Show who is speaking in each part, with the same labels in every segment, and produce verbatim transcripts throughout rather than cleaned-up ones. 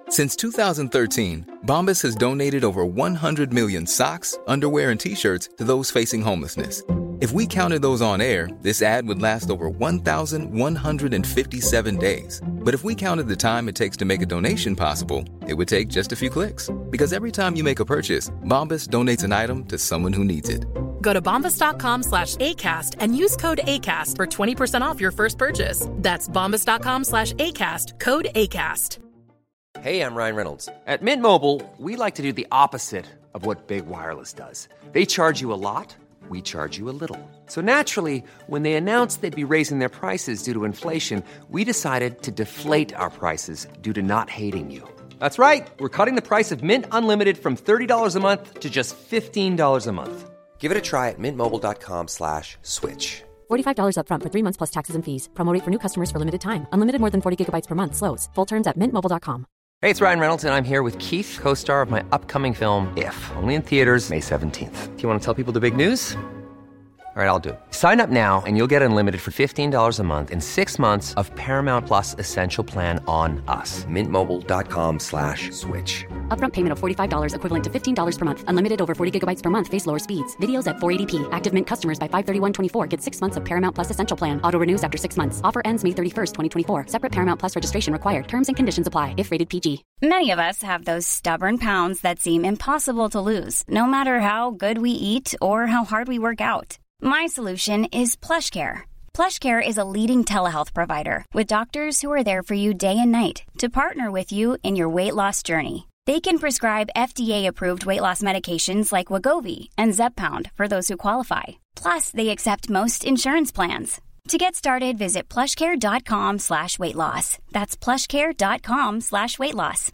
Speaker 1: Since two thousand thirteen, Bombas has donated over one hundred million socks, underwear, and T-shirts to those facing homelessness. If we counted those on air, this ad would last over one thousand one hundred fifty-seven days. But if we counted the time it takes to make a donation possible, it would take just a few clicks. Because every time you make a purchase, Bombas donates an item to someone who needs it.
Speaker 2: Go to bombas.com slash ACAST and use code ACAST for twenty percent off your first purchase. That's bombas.com slash ACAST, code ACAST.
Speaker 3: Hey, I'm Ryan Reynolds. At Mint Mobile, we like to do the opposite of what Big Wireless does. They charge you a lot, we charge you a little. So naturally, when they announced they'd be raising their prices due to inflation, we decided to deflate our prices due to not hating you. That's right. We're cutting the price of Mint Unlimited from thirty dollars a month to just fifteen dollars a month. Give it a try at mintmobile.com slash switch.
Speaker 4: forty-five dollars up front for three months plus taxes and fees. Promo rate for new customers for limited time. Unlimited more than forty gigabytes per month slows. Full terms at mint mobile dot com.
Speaker 3: Hey, it's Ryan Reynolds, and I'm here with Keith, co-star of my upcoming film, If, only in theaters May seventeenth. Do you want to tell people the big news? All right, I'll do it. Sign up now and you'll get unlimited for fifteen dollars a month and six months of Paramount Plus Essential Plan on us. Mintmobile.com slash switch.
Speaker 4: Upfront payment of forty-five dollars equivalent to fifteen dollars per month. Unlimited over forty gigabytes per month. Face lower speeds. Videos at four eighty p. Active Mint customers by five thirty-one twenty-four get six months of Paramount Plus Essential Plan. Auto renews after six months. Offer ends May thirty-first, twenty twenty-four. Separate Paramount Plus registration required. Terms and conditions apply if rated P G.
Speaker 5: Many of us have those stubborn pounds that seem impossible to lose, no matter how good we eat or how hard we work out. My solution is PlushCare. PlushCare is a leading telehealth provider with doctors who are there for you day and night to partner with you in your weight loss journey. They can prescribe F D A-approved weight loss medications like Wegovy and Zepbound for those who qualify. Plus, they accept most insurance plans. To get started, visit plushcare.com slash weight loss. That's plushcare.com slash weight loss.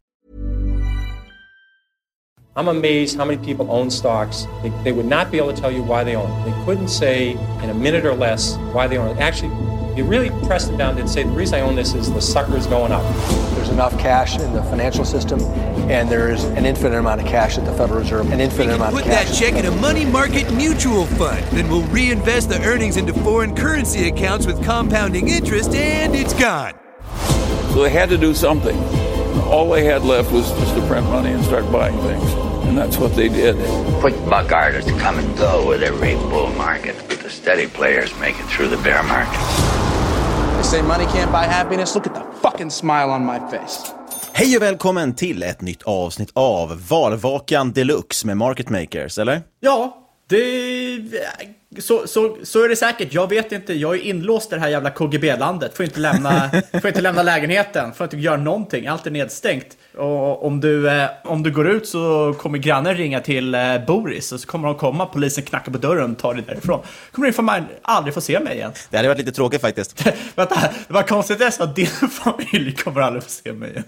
Speaker 6: I'm amazed how many people own stocks. They, they would not be able to tell you why they own it. They couldn't say in a minute or less why they own it. Actually, you really press them down and say, the reason I own this is the sucker's going up.
Speaker 7: There's enough cash in the financial system, and there's an infinite amount of cash at the Federal Reserve, an infinite amount of cash.
Speaker 8: Put that check in a money market mutual fund. Then we'll reinvest the earnings into foreign currency accounts with compounding interest, and it's gone.
Speaker 9: So they had to do something. All they had left was just to print money and start buying things. And that's what they did.
Speaker 10: Quick buck artists come and go with every bull market, but the steady players make it through the bear market.
Speaker 11: They say money can't buy happiness. Look at the fucking smile on my face.
Speaker 12: Hej och välkommen till ett nytt avsnitt av Valvakan Deluxe med Market Makers, eller?
Speaker 13: Ja, det... Så, så, så är det säkert. Jag vet inte, jag är inlåst i det här jävla K G B-landet. Får inte lämna, får inte lämna lägenheten. Får inte göra någonting. Allt är nedstängt. Och om du, eh, om du går ut så kommer grannen ringa till eh, Boris. Och så kommer de komma, polisen knackar på dörren och tar dig därifrån. Kommer din familj aldrig få se mig igen.
Speaker 12: Det hade varit lite tråkigt faktiskt.
Speaker 13: Vänta, det var konstigt det att din familj kommer aldrig få se mig igen.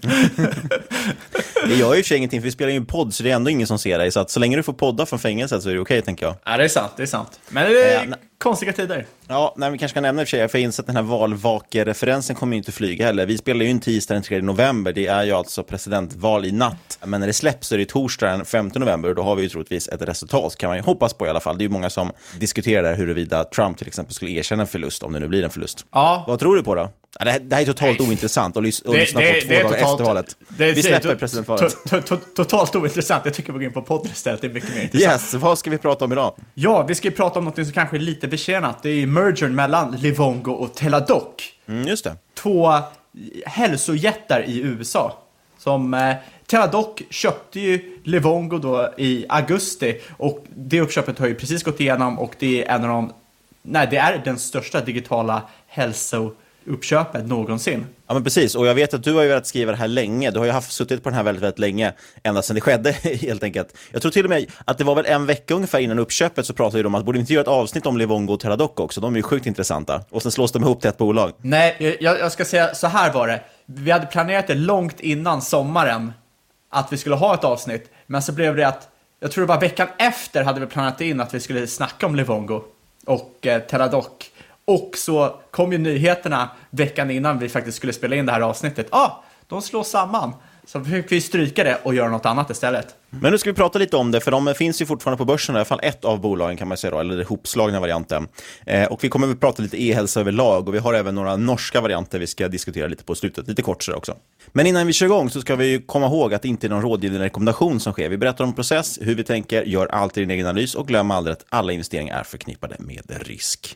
Speaker 12: Det gör ju för ingenting, för vi spelar ju en podd så det är ändå ingen som ser dig. Så att så länge du får podda från fängelset så är det okej, tänker jag.
Speaker 13: Ja, det är sant, det är sant. Men det är... Ja, konstiga tider.
Speaker 12: Ja, nej, vi kanske kan nämna i och för sig, för jag inser att den här valvakereferensen kommer ju inte flyga heller. Vi spelar ju en tisdag den tredje november, det är ju alltså presidentval i natt. Men när det släpps så är det torsdag den femte november och då har vi ju troligtvis ett resultat, kan man ju hoppas på i alla fall. Det är ju många som diskuterar där huruvida Trump till exempel skulle erkänna en förlust, om det nu blir en förlust.
Speaker 13: Ja.
Speaker 12: Vad tror du på då? Ja, det, här, det här är totalt ointressant att lys-
Speaker 13: det,
Speaker 12: lyssna
Speaker 13: det,
Speaker 12: på två
Speaker 13: det
Speaker 12: dagar
Speaker 13: totalt,
Speaker 12: efter valet.
Speaker 13: Det,
Speaker 12: vi släpper
Speaker 13: to,
Speaker 12: presidentvalet.
Speaker 13: To, to, to, totalt ointressant. Jag tycker vi går in på podden istället. Det är mycket mer intressant.
Speaker 12: Yes, vad ska vi prata om idag?
Speaker 13: Ja, vi ska prata om något som kanske är lite betjänat. Det är mergern mellan Livongo och Teladoc.
Speaker 12: Mm, just det.
Speaker 13: Två hälsojättar i U S A. Som eh, Teladoc köpte ju Livongo då i augusti. Och det uppköpet har ju precis gått igenom. Och det är en av de... Nej, det är den största digitala hälsouppköpet någonsin.
Speaker 12: Ja, men precis. Och jag vet att du har ju velat skriva det här länge. Du har ju haft suttit på den här väldigt, väldigt länge. Ända sedan det skedde, helt enkelt. Jag tror till och med att det var väl en vecka ungefär innan uppköpet så pratade de om att borde inte göra ett avsnitt om Livongo och Teladoc också. De är ju sjukt intressanta. Och sen slås de ihop till ett bolag.
Speaker 13: Nej, jag, jag ska säga så här var det. Vi hade planerat det långt innan sommaren att vi skulle ha ett avsnitt. Men så blev det att, jag tror det var veckan efter hade vi planerat in att vi skulle snacka om Livongo och eh, Teladoc. Och så kom ju nyheterna veckan innan vi faktiskt skulle spela in det här avsnittet. Ja, ah, de slår samman. Så fick vi stryka det och göra något annat istället.
Speaker 12: Men nu ska vi prata lite om det, för de finns ju fortfarande på börsen, i alla fall ett av bolagen kan man säga då, eller det ihopslagna varianten. Eh, och vi kommer att prata lite e-hälsa överlag, och vi har även några norska varianter vi ska diskutera lite på slutet, lite kort så också. Men innan vi kör igång så ska vi komma ihåg att det inte är någon rådgivande rekommendation som sker. Vi berättar om process, hur vi tänker, gör alltid din egen analys och glöm aldrig att alla investeringar är förknippade med risk.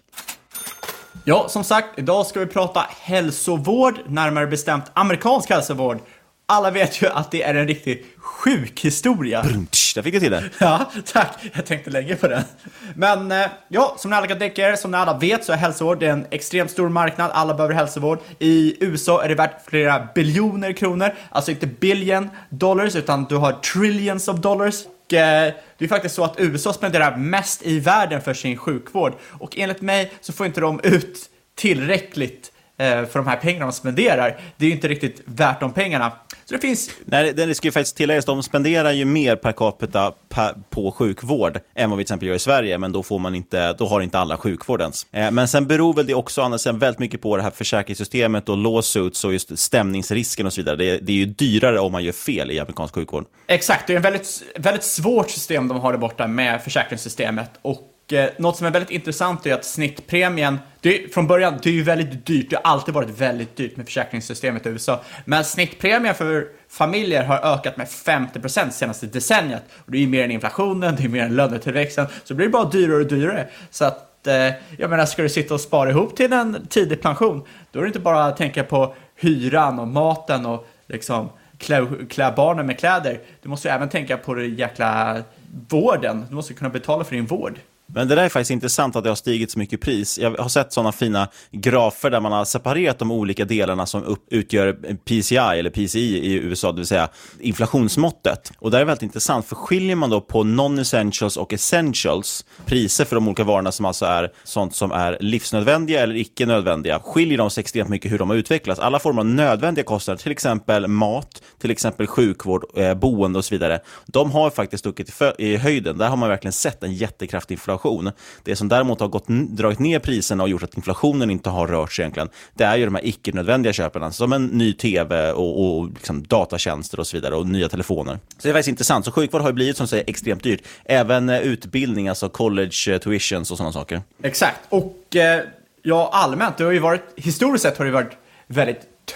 Speaker 13: Ja, som sagt, idag ska vi prata hälsovård, närmare bestämt amerikansk hälsovård. Alla vet ju att det är en riktig sjuk historia.
Speaker 12: Brunch, där fick jag till det.
Speaker 13: Ja, tack. Jag tänkte länge på den. Men ja, som ni alla kan tänka er, som ni alla vet så är hälsovård det är en extremt stor marknad. Alla behöver hälsovård. I U S A är det värt flera biljoner kronor. Alltså inte billion dollars, utan du har trillions of dollars. Och eh, det är faktiskt så att U S A spenderar mest i världen för sin sjukvård. Och enligt mig så får inte de ut tillräckligt eh, för de här pengarna de spenderar. Det är ju inte riktigt värt de pengarna. Så det finns...
Speaker 12: Nej, det ska ju faktiskt tilläggas, de spenderar ju mer per capita per, på sjukvård än vad vi till exempel gör i Sverige, men då får man inte, då har inte alla sjukvård ens. Eh, men sen beror väl det också annars väldigt mycket på det här försäkringssystemet och lawsuits och just stämningsrisken och så vidare. Det, det är ju dyrare om man gör fel i amerikansk sjukvård.
Speaker 13: Exakt, det är ett väldigt, väldigt svårt system de har där borta med försäkringssystemet. Och eh, något som är väldigt intressant är att snittpremien, det är, från början, det är ju väldigt dyrt. Det har alltid varit väldigt dyrt med försäkringssystemet i U S A. Men snittpremien för familjer har ökat med femtio procent senaste decenniet. Och det är ju mer än inflationen, det är mer än lönetillväxten. Så det blir bara dyrare och dyrare. Så att, eh, jag menar, ska du sitta och spara ihop till en tidig pension, då är det inte bara att tänka på hyran och maten och liksom klä, klä barnen med kläder. Du måste ju även tänka på det jäkla vården. Du måste kunna betala för din vård.
Speaker 12: Men det där är faktiskt intressant att det har stigit så mycket pris. Jag har sett sådana fina grafer där man har separerat de olika delarna som upp, utgör P C I eller P C I i U S A, det vill säga inflationsmåttet. Och det är väldigt intressant, för skiljer man då på non-essentials och essentials, priser för de olika varorna som alltså är sånt som är livsnödvändiga eller icke nödvändiga, skiljer de sig extremt mycket hur de har utvecklats. Alla former av nödvändiga kostnader, till exempel mat, till exempel sjukvård, eh, boende och så vidare, de har faktiskt stuckit i, fö- i höjden. Där har man verkligen sett en jättekraftig inflation. Det som däremot har gått, dragit ner priserna och gjort att inflationen inte har rört sig egentligen, det är ju de här icke-nödvändiga köpen, som en ny tv och, och liksom datatjänster och så vidare och nya telefoner. Så det är faktiskt intressant. Så sjukvård har ju blivit, som säger, extremt dyrt. Även utbildning, alltså college tuitions och sådana saker.
Speaker 13: Exakt. Och eh, ja, allmänt, det har ju varit, historiskt sett har det varit väldigt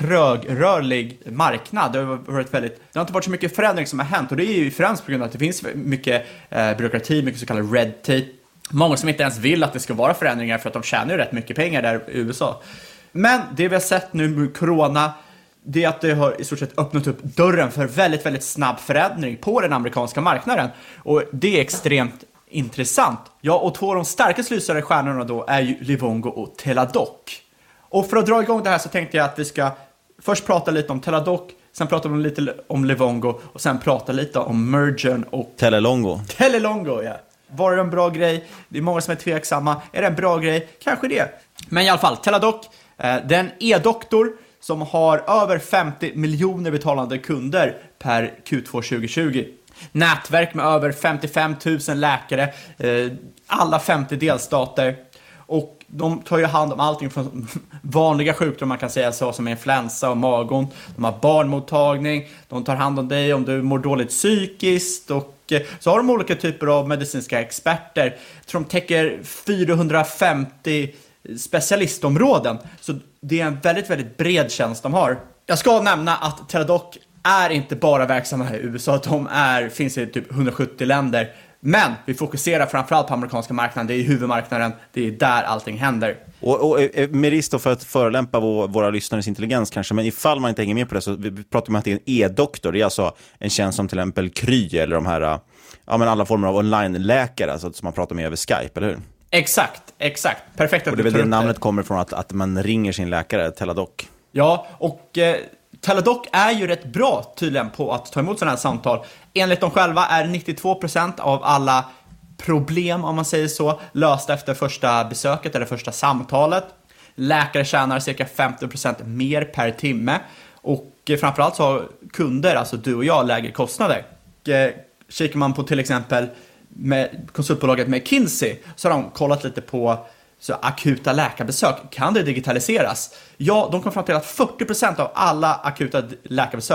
Speaker 13: trögrörlig marknad. Det har varit väldigt, det har inte varit så mycket förändring som har hänt, och det är ju främst på grund av att det finns mycket eh, byråkrati, mycket så kallad red tape. Många som inte ens vill att det ska vara förändringar för att de tjänar ju rätt mycket pengar där i U S A. Men det vi har sett nu med corona, det är att det har i stort sett öppnat upp dörren för väldigt, väldigt snabb förändring på den amerikanska marknaden. Och det är extremt intressant. Ja, och två av de starkast lysare stjärnorna då är ju Livongo och Teladoc. Och för att dra igång det här så tänkte jag att vi ska först prata lite om Teladoc, sen prata lite om Livongo och sen prata lite om Mergen och
Speaker 12: Telelongo.
Speaker 13: Telelongo, ja. Var det en bra grej? Det är många som är tveksamma. Är det en bra grej? Kanske det. Men i alla fall, Teladoc, eh, det är en e-doktor som har över femtio miljoner betalande kunder per Q två tjugo tjugo. Nätverk med över femtiofem tusen läkare, eh, alla femtio delstater. Och de tar ju hand om allting från vanliga sjukdomar, man kan säga så, som influensa och magont. De har barnmottagning, de tar hand om dig om du mår dåligt psykiskt, och så har de olika typer av medicinska experter. Jag tror de täcker fyrahundrafemtio specialistområden. Så det är en väldigt, väldigt bred tjänst de har. Jag ska nämna att Teladoc är inte bara verksamma här i U S A. De är, finns i typ hundrasjuttio länder. Men vi fokuserar framförallt på amerikanska marknaden. Det är huvudmarknaden, det är där allting händer.
Speaker 12: Och, och med risk då för att förelämpa vår, våra lyssnares intelligens kanske, men ifall man inte hänger med på det, så vi pratar om att det är en e-doktor. Det är alltså en tjänst som till exempel Kry eller de här, ja, men alla former av online-läkare, alltså, som man pratar med över Skype, eller hur?
Speaker 13: Exakt, exakt. Perfekt att
Speaker 12: och det är
Speaker 13: du
Speaker 12: väl
Speaker 13: tar
Speaker 12: det
Speaker 13: upp
Speaker 12: namnet
Speaker 13: det.
Speaker 12: kommer från, att, att man ringer sin läkare, Teladoc.
Speaker 13: Ja, och eh, Teladoc är ju rätt bra tydligen på att ta emot sådana här samtal. Enligt dem själva är nittiotvå procent av alla problem, om man säger så, lösta efter första besöket eller första samtalet. Läkare tjänar cirka femtio procent mer per timme. Och eh, framförallt så har kunder, alltså du och jag, lägre kostnader. Och, eh, kikar man på till exempel med konsultbolaget McKinsey, så har de kollat lite på så akuta läkarbesök. Kan det digitaliseras? Ja, de kom fram till att fyrtio procent av alla akuta läkarbesök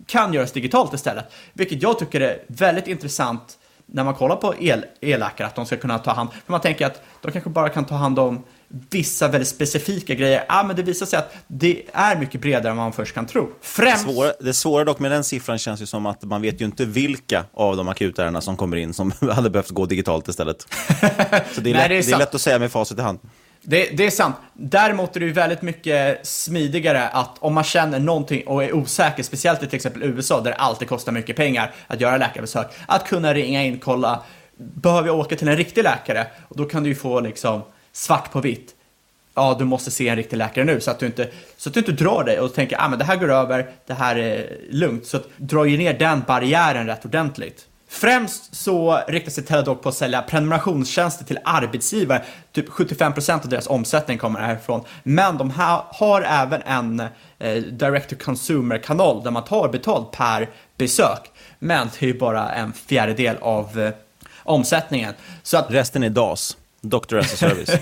Speaker 13: kan göras digitalt istället. Vilket jag tycker är väldigt intressant när man kollar på el, elläkare, att de ska kunna ta hand. För man tänker att de kanske bara kan ta hand om vissa väldigt specifika grejer. Ja, men det visar sig att det är mycket bredare än man först kan tro. Främst...
Speaker 12: Det, svåra, det svåra dock med den siffran känns ju som att man vet ju inte vilka av de akutärendena som kommer in som hade behövt gå digitalt istället. Så det är, Nej, lätt, det är, det är lätt att säga med facit i hand.
Speaker 13: Det, det är sant. Däremot är det ju väldigt mycket smidigare att om man känner någonting och är osäker, speciellt i till exempel U S A där det alltid kostar mycket pengar att göra läkarbesök, att kunna ringa in, kolla, behöver jag åka till en riktig läkare? Och då kan du ju få liksom svart på vitt. Ja, du måste se en riktig läkare nu, så att du inte, så att du inte drar dig och tänker, ah, men det här går över, det här är lugnt. Så att dra ju ner den barriären rätt ordentligt. Främst så riktar sig Teladoc på att sälja prenumerationstjänster till arbetsgivare. Typ sjuttiofem procent av deras omsättning kommer härifrån. Men de här har även en eh, direct-to-consumer-kanal där man tar betalt per besök. Men det är ju bara en fjärdedel av eh, omsättningen. Så att...
Speaker 12: Resten är D A S, Doctor as a Service.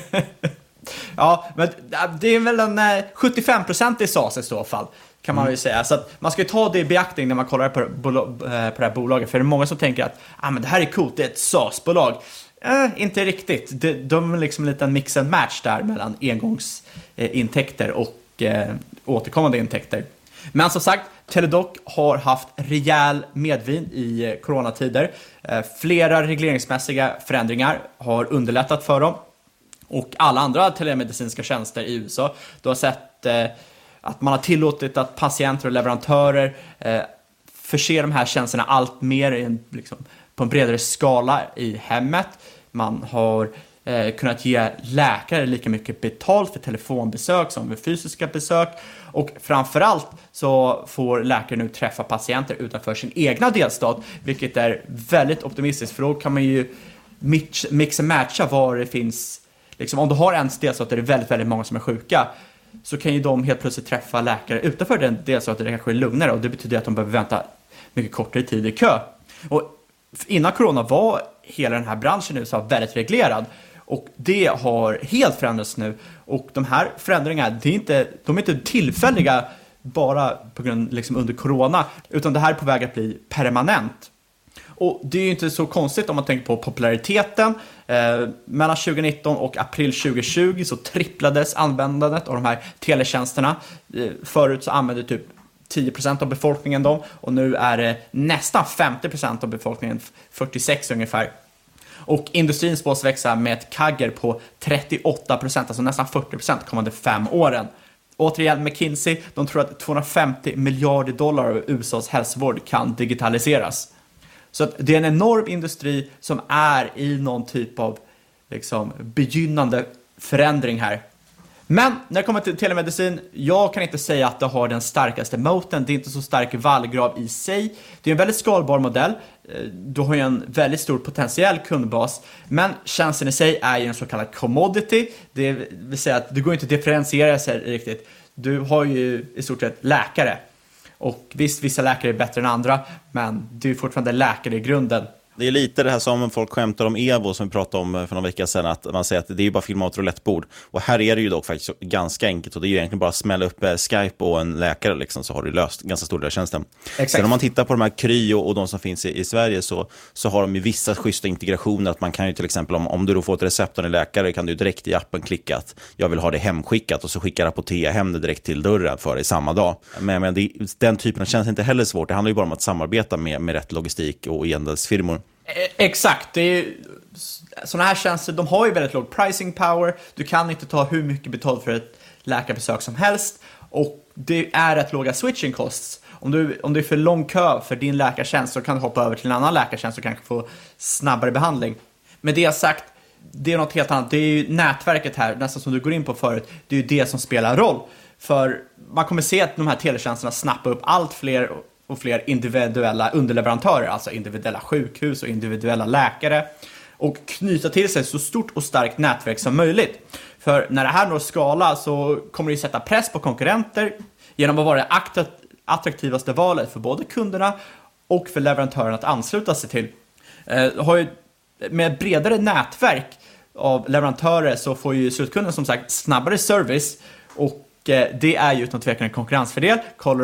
Speaker 13: Ja, men det är väl en eh, sjuttiofem procent i S A S i så fall, kan man ju säga. Så att man ska ju ta det i beaktning när man kollar på, på det här bolaget. För det är många som tänker att ah, men det här är coolt, det är ett S A S-bolag. Eh, inte riktigt. De, de är liksom en liten mix and match där mellan engångsintäkter och eh, återkommande intäkter. Men som sagt, Teladoc har haft rejäl medvind i eh, coronatider. Eh, flera regleringsmässiga förändringar har underlättat för dem. Och alla andra telemedicinska tjänster i U S A. Du har sett eh, att man har tillåtit att patienter och leverantörer eh, förser de här tjänsterna allt mer i en, liksom, på en bredare skala i hemmet. Man har eh, kunnat ge läkare lika mycket betalt för telefonbesök som för fysiska besök. Och framförallt så får läkare nu träffa patienter utanför sin egna delstat. Vilket är väldigt optimistiskt, för då kan man ju mix, mixa matcha var det finns. Liksom, om du har en delstat där det är väldigt, väldigt många som är sjuka, så kan ju de helt plötsligt träffa läkare utanför den delstaten där det kanske är lugnare, och det betyder att de behöver vänta mycket kortare tid i kö. Och innan corona var hela den här branschen nu så väldigt reglerad, och det har helt förändrats nu. Och de här förändringarna, det är inte, de är inte tillfälliga bara på grund liksom under corona, utan det här är på väg att bli permanent. Och det är ju inte så konstigt om man tänker på populariteten. Eh, mellan tjugonitton och april tjugohundratjugo så tripplades användandet av de här teletjänsterna. Eh, förut så använde typ tio procent av befolkningen dem, och nu är det nästan femtio procent av befolkningen, fyrtiosex ungefär. Och industrin spås växa med ett kagger på trettioåtta procent, alltså nästan fyrtio procent kommande fem åren. Återigen, McKinsey, de tror att tvåhundrafemtio miljarder dollar av U S A:s hälsovård kan digitaliseras. Så att det är en enorm industri som är i någon typ av liksom, begynnande förändring här. Men när det kommer till telemedicin, jag kan inte säga att det har den starkaste moten. Det är inte så stark vallgrav i sig. Det är en väldigt skalbar modell. Du har ju en väldigt stor potentiell kundbas. Men tjänsten i sig är ju en så kallad commodity. Det vill säga att det går inte att differentiera sig riktigt. Du har ju i stort sett läkare. Och visst, vissa läkare är bättre än andra, men du är fortfarande läkare i grunden.
Speaker 12: Det är lite det här som folk skämtar om Evo som vi pratade om för några veckor sedan, att man säger att det är ju bara filma ett roulettebord. Och här är det ju dock faktiskt ganska enkelt, och det är ju egentligen bara att smälla upp Skype och en läkare liksom, så har du löst ganska stor del av tjänsten. Exakt. Sen om man tittar på de här Kry och, och de som finns i, i Sverige, så, så har de ju vissa schyssta integrationer, att man kan ju till exempel, om, om du då får ett recept av en läkare, kan du direkt i appen klicka att jag vill ha det hemskickat, och så skickar Apotea hem det direkt till dörren för dig samma dag. Men, men det, den typen av tjänst är inte heller svårt. Det handlar ju bara om att samarbeta med, med rätt logistik och e-handelsfirmor.
Speaker 13: Exakt, det är sådana här tjänster, de har ju väldigt låg pricing power. Du kan inte ta hur mycket betalt för ett läkarbesök som helst, och det är rätt låga switching costs. Om du, om det är för lång kö för din läkartjänst, så kan du hoppa över till en annan läkartjänst och kanske få snabbare behandling. Med det sagt, det är något helt annat. Det är ju nätverket här, nästan som du går in på förut. Det är ju det som spelar roll. För man kommer se att de här teletjänsterna snappar upp allt fler och fler individuella underleverantörer, alltså individuella sjukhus och individuella läkare, och knyta till sig så stort och starkt nätverk som möjligt. För när det här når skala så kommer det sätta press på konkurrenter genom att vara det attraktivaste valet för både kunderna och för leverantören att ansluta sig till. Eh, har ju, med bredare nätverk av leverantörer så får ju slutkunden som sagt snabbare service, och eh, det är ju utan tvekan en konkurrensfördel. Kollar du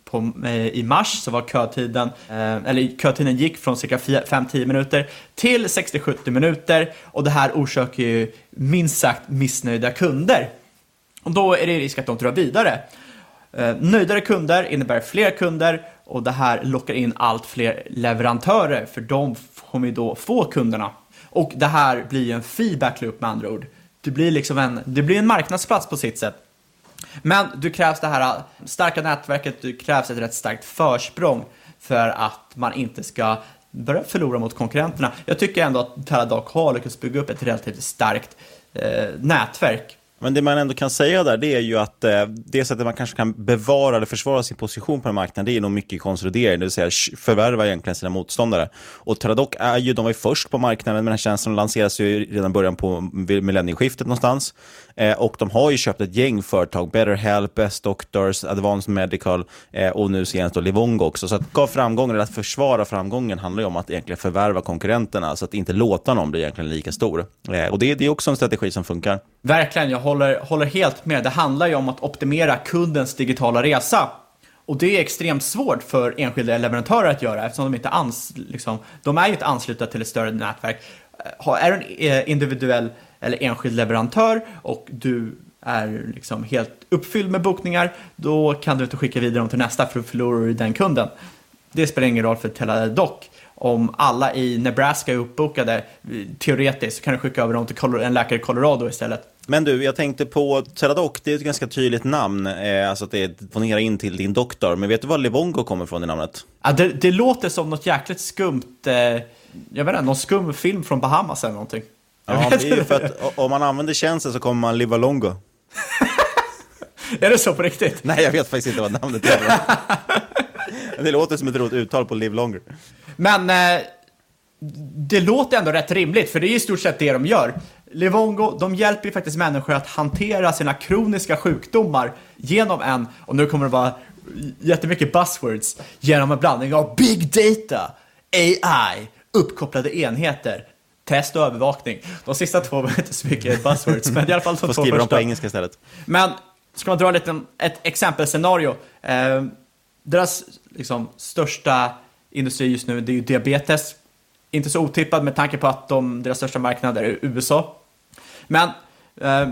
Speaker 13: på, eh, i mars så var kötiden, eh, eller kötiden gick från cirka fem till tio minuter till sextio till sjuttio minuter, och det här orsakar ju minst sagt missnöjda kunder. Och då är det risk att de drar vidare. Eh, nöjdare kunder innebär fler kunder, och det här lockar in allt fler leverantörer, för de kommer ju då få kunderna. Och det här blir ju en feedback loop med andra ord. Det blir liksom en, det blir en marknadsplats på sitt sätt. Men du krävs det här starka nätverket, du krävs ett rätt starkt försprång för att man inte ska börja förlora mot konkurrenterna. Jag tycker ändå att Teladoc har lyckats bygga upp ett relativt starkt eh, nätverk.
Speaker 12: Men det man ändå kan säga där, det är ju att eh, det sättet man kanske kan bevara eller försvara sin position på en marknad, det är nog mycket konsolidering, det vill säga förvärva egentligen sina motståndare. Och Teladoc är ju, de var ju först på marknaden, men den tjänsten lanseras ju redan början på millennieskiftet någonstans. Eh, och de har ju köpt ett gäng företag, BetterHelp, Best Doctors, Advanced Medical eh, och nu senast då Livongo också. Så att gav framgången, eller att försvara framgången, handlar ju om att egentligen förvärva konkurrenterna, så att inte låta någon bli egentligen lika stor. Eh, och det, det är också en strategi som funkar.
Speaker 13: Verkligen, jag håller, håller helt med. Det handlar ju om att optimera kundens digitala resa. Och det är extremt svårt för enskilda leverantörer att göra, eftersom de inte ans, liksom, de är ju inte anslutna till ett större nätverk. Är du en individuell eller enskild leverantör och du är liksom helt uppfylld med bokningar, då kan du inte skicka vidare dem till nästa, för att förlorar den kunden. Det spelar ingen roll för Teladoc. Om alla i Nebraska är uppbokade, teoretiskt, så kan du skicka över dem till en läkare i Colorado istället.
Speaker 12: Men du, jag tänkte på Teladoc, det är ett ganska tydligt namn, eh, alltså att det ponerar in till din doktor. Men vet du var Livongo kommer från i namnet?
Speaker 13: Ja, det, det låter som något jäkligt skumt, eh, jag vet inte, någon skum film från Bahamas eller någonting.
Speaker 12: Ja, det är ju för att om man använder tjänsten så kommer man Livalongo.
Speaker 13: Är det så på riktigt?
Speaker 12: Nej, jag vet faktiskt inte vad namnet är. Det låter som ett roligt uttal på Live Longer.
Speaker 13: Men eh, det låter ändå rätt rimligt, för det är i stort sett det de gör. Livongo, de hjälper ju faktiskt människor att hantera sina kroniska sjukdomar genom en, och nu kommer det vara jättemycket buzzwords, genom en blandning av big data, A I, uppkopplade enheter, test och övervakning. De sista två var inte så mycket buzzwords, men i alla fall de två första. Får skriva dem
Speaker 12: på engelska istället.
Speaker 13: Men ska man dra lite, ett exempelscenario. Eh, deras liksom, största industri just nu, det är ju diabetes. Inte så otippad med tanke på att de, deras största marknad är U S A. Men eh,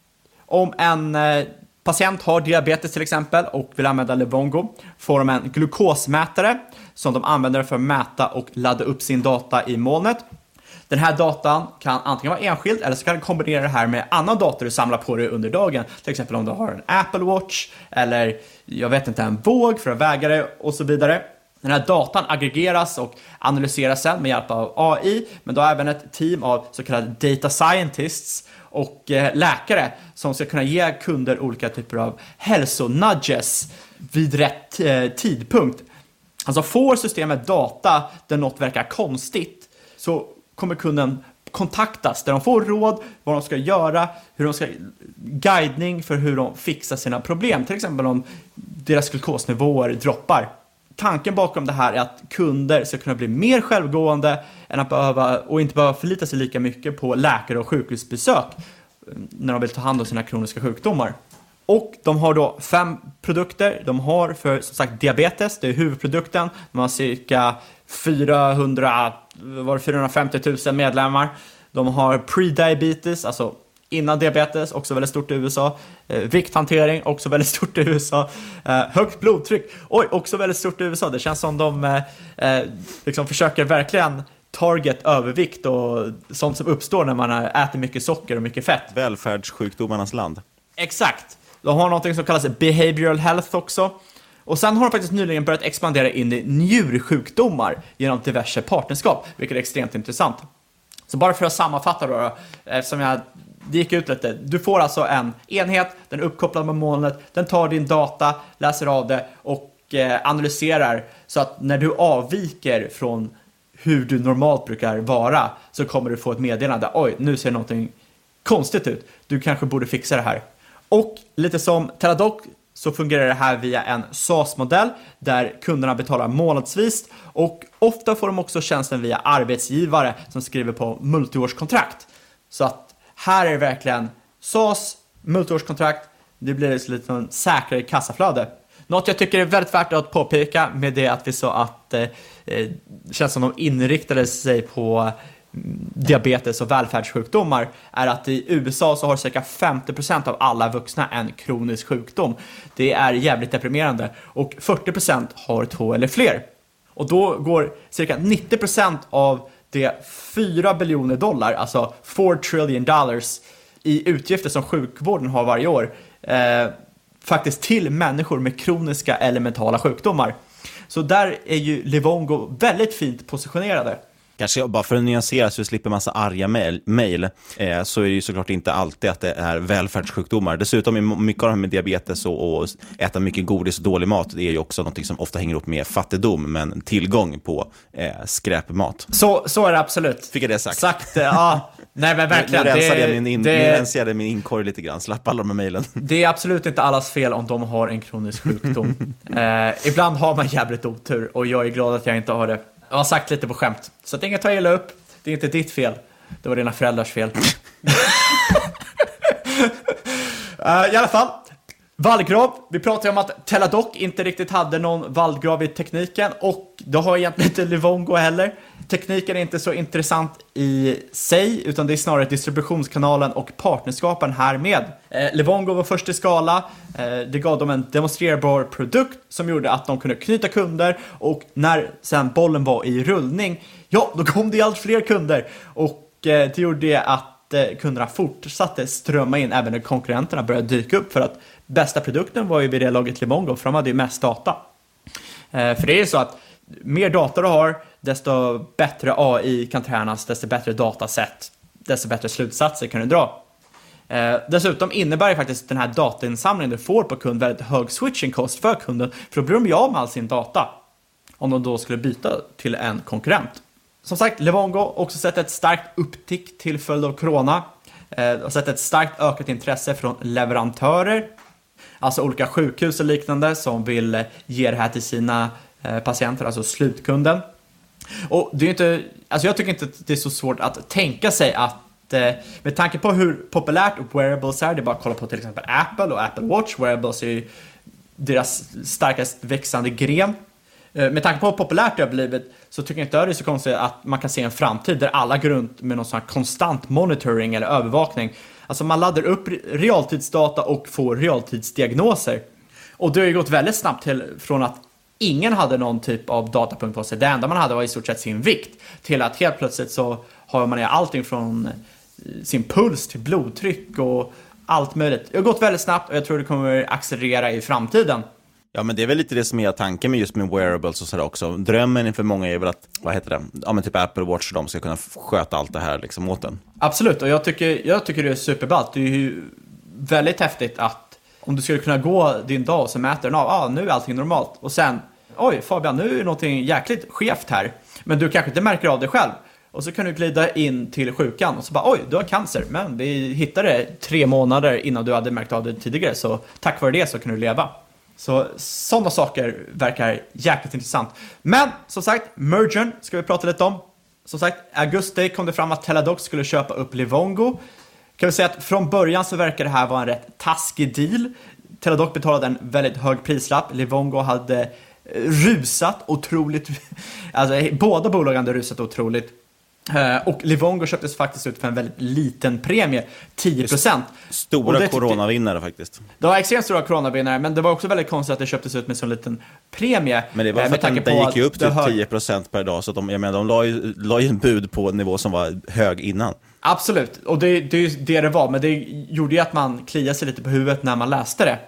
Speaker 13: om en eh, patient har diabetes till exempel och vill använda Livongo, får de en glukosmätare som de använder för att mäta och ladda upp sin data i molnet. Den här datan kan antingen vara enskild, eller så kan du kombinera det här med annan data du samlar på dig under dagen. Till exempel om du har en Apple Watch eller jag vet inte, en våg för att väga det och så vidare. Den här datan aggregeras och analyseras sen med hjälp av A I, men då även ett team av så kallade data scientists och eh, läkare som ska kunna ge kunder olika typer av hälsonudges vid rätt eh, tidpunkt. Alltså får systemet data där något verkar konstigt, så kommer kunden kontaktas där de får råd vad de ska göra, hur de ska guidning för hur de fixar sina problem, till exempel om deras glukosnivåer droppar. Tanken bakom det här är att kunder ska kunna bli mer självgående än att behöva, och inte behöva förlita sig lika mycket på läkare och sjukhusbesök när de vill ta hand om sina kroniska sjukdomar. Och de har då fem produkter. De har för som sagt diabetes, det är huvudprodukten. De har cirka fyrahundra, var det fyrahundrafemtio tusen medlemmar. De har pre-diabetes, alltså innan diabetes, också väldigt stort i U S A. Eh, vikthantering, också väldigt stort i U S A. Eh, högt blodtryck, oj, också väldigt stort i U S A. Det känns som de eh, liksom försöker verkligen target övervikt och sånt som uppstår när man äter mycket socker och mycket fett.
Speaker 12: Välfärdssjukdomarnas land.
Speaker 13: Exakt. De har något som kallas behavioral health också. Och sen har de faktiskt nyligen börjat expandera in i njursjukdomar genom diverse partnerskap, vilket är extremt intressant. Så bara för att sammanfatta då, eftersom jag gick ut lite. Du får alltså en enhet, den är uppkopplad med molnet, den tar din data, läser av det och eh, analyserar, så att när du avviker från hur du normalt brukar vara, så kommer du få ett meddelande. Oj, nu ser någonting konstigt ut. Du kanske borde fixa det här. Och lite som Teladoc så fungerar det här via en SaaS-modell där kunderna betalar månadsvis, och ofta får de också tjänsten via arbetsgivare som skriver på multiårskontrakt. Så att här är det verkligen SaaS, multiårskontrakt, det blir lite en säkrare kassaflöde. Något jag tycker är väldigt värt att påpeka med det att vi sa att eh, det känns som de inriktade sig på diabetes och välfärdssjukdomar är att i U S A så har cirka femtio procent av alla vuxna en kronisk sjukdom. Det är jävligt deprimerande. Och fyrtio procent har två eller fler. Och då går cirka nittio procent av det fyra biljoner dollar, alltså four trillion dollars i utgifter som sjukvården har varje år eh, faktiskt till människor med kroniska eller mentala sjukdomar. Så där är ju Livongo väldigt fint positionerade.
Speaker 12: Kanske bara för att nyansera så vi slipper massa arga mejl eh, så är det ju såklart inte alltid att det är välfärdssjukdomar. Dessutom är mycket av det här med diabetes och, och äta mycket godis och dålig mat, det är ju också något som ofta hänger upp med fattigdom, men tillgång på eh, skräpmat.
Speaker 13: Så, så är det absolut.
Speaker 12: Fick jag det sagt?
Speaker 13: Sagt, ja. Nej men verkligen.
Speaker 12: Nu, nu rensade
Speaker 13: det,
Speaker 12: jag min, in,
Speaker 13: det,
Speaker 12: nu rensade jag min inkorg lite grann, slapp alla de här mejlen.
Speaker 13: Det är absolut inte allas fel om de har en kronisk sjukdom. eh, ibland har man jävligt otur och jag är glad att jag inte har det. Jag har sagt lite på skämt. Så att inget tar illa upp. Det är inte ditt fel. Det var dina föräldrars fel. uh, I alla fall. Vallgrav. Vi pratade om att Teladoc inte riktigt hade någon vallgrav i tekniken. Och det har egentligen inte Livongo heller. Tekniken är inte så intressant i sig. Utan det är snarare distributionskanalen och partnerskapen här med. Eh, Livongo var först i skala. Eh, det gav dem en demonstrerbar produkt som gjorde att de kunde knyta kunder. Och när sen bollen var i rullning, ja, då kom det allt fler kunder. Och eh, det gjorde det att eh, kunderna fortsatte strömma in även när konkurrenterna började dyka upp. För att bästa produkten var ju vid det laget Livongo, för de hade ju mest data. Eh, för det är ju så att mer data du har, desto bättre A I kan tränas, desto bättre datasätt, desto bättre slutsatser kan du dra. Eh, dessutom innebär det faktiskt den här datainsamlingen du får på kund väldigt hög switching cost för kunden, för då blir de ju av med all sin data om de då skulle byta till en konkurrent. Som sagt, Livongo har också sett ett starkt upptick till följd av corona. Eh, har sett ett starkt ökat intresse från leverantörer, alltså olika sjukhus och liknande som vill ge det här till sina eh, patienter, alltså slutkunden. Och det är inte, alltså jag tycker inte att det är så svårt att tänka sig att eh, med tanke på hur populärt wearables är, det är bara att kolla på till exempel Apple och Apple Watch. Wearables är ju deras starkast växande gren. Eh, med tanke på hur populärt det har blivit så tycker jag inte att det är så konstigt att man kan se en framtid där alla går runt med någon sån här konstant monitoring eller övervakning. Alltså man laddar upp realtidsdata och får realtidsdiagnoser. Och det har ju gått väldigt snabbt till från att ingen hade någon typ av datapunkt på sig. Det enda man hade var i stort sett sin vikt. Till att helt plötsligt så har man allting från sin puls till blodtryck och allt möjligt. Det har gått väldigt snabbt och jag tror det kommer accelerera i framtiden.
Speaker 12: Ja, men det är väl lite det som är tanken med just med wearables och sådär också. Drömmen för många är väl att, vad heter det? Ja, men typ Apple Watch, de ska kunna sköta allt det här liksom åt den.
Speaker 13: Absolut, och jag tycker, jag tycker det är superballt. Det är ju väldigt häftigt att om du skulle kunna gå din dag och så mäter den av, ja ah, nu är allting normalt. Och sen, oj Fabian, nu är någonting jäkligt skevt här. Men du kanske inte märker av det själv. Och så kan du glida in till sjukan och så bara, oj, du har cancer. Men vi hittade det tre månader innan du hade märkt av det tidigare. Så tack vare det så kan du leva. Så sådana saker verkar jäkligt intressant. Men som sagt, mergern ska vi prata lite om. Som sagt, augusti kom det fram att Teladoc skulle köpa upp Livongo. Kan vi säga att från början så verkar det här vara en rätt taskig deal. Teladoc betalade en väldigt hög prislapp. Livongo hade rusat otroligt. Alltså båda bolagen hade rusat otroligt. Och Livongo köptes faktiskt ut för en väldigt liten premie, tio procent.
Speaker 12: Stora coronavinnare faktiskt.
Speaker 13: Det var extremt stora coronavinnare, men det var också väldigt konstigt att det köptes ut med så liten premie.
Speaker 12: Men det var för att den, den gick ju upp till tio procent per dag, så att de, jag menar, de la ju, la ju en bud på en nivå som var hög innan.
Speaker 13: Absolut, och det, det är ju det det var, men det gjorde ju att man kliade sig lite på huvudet när man läste det.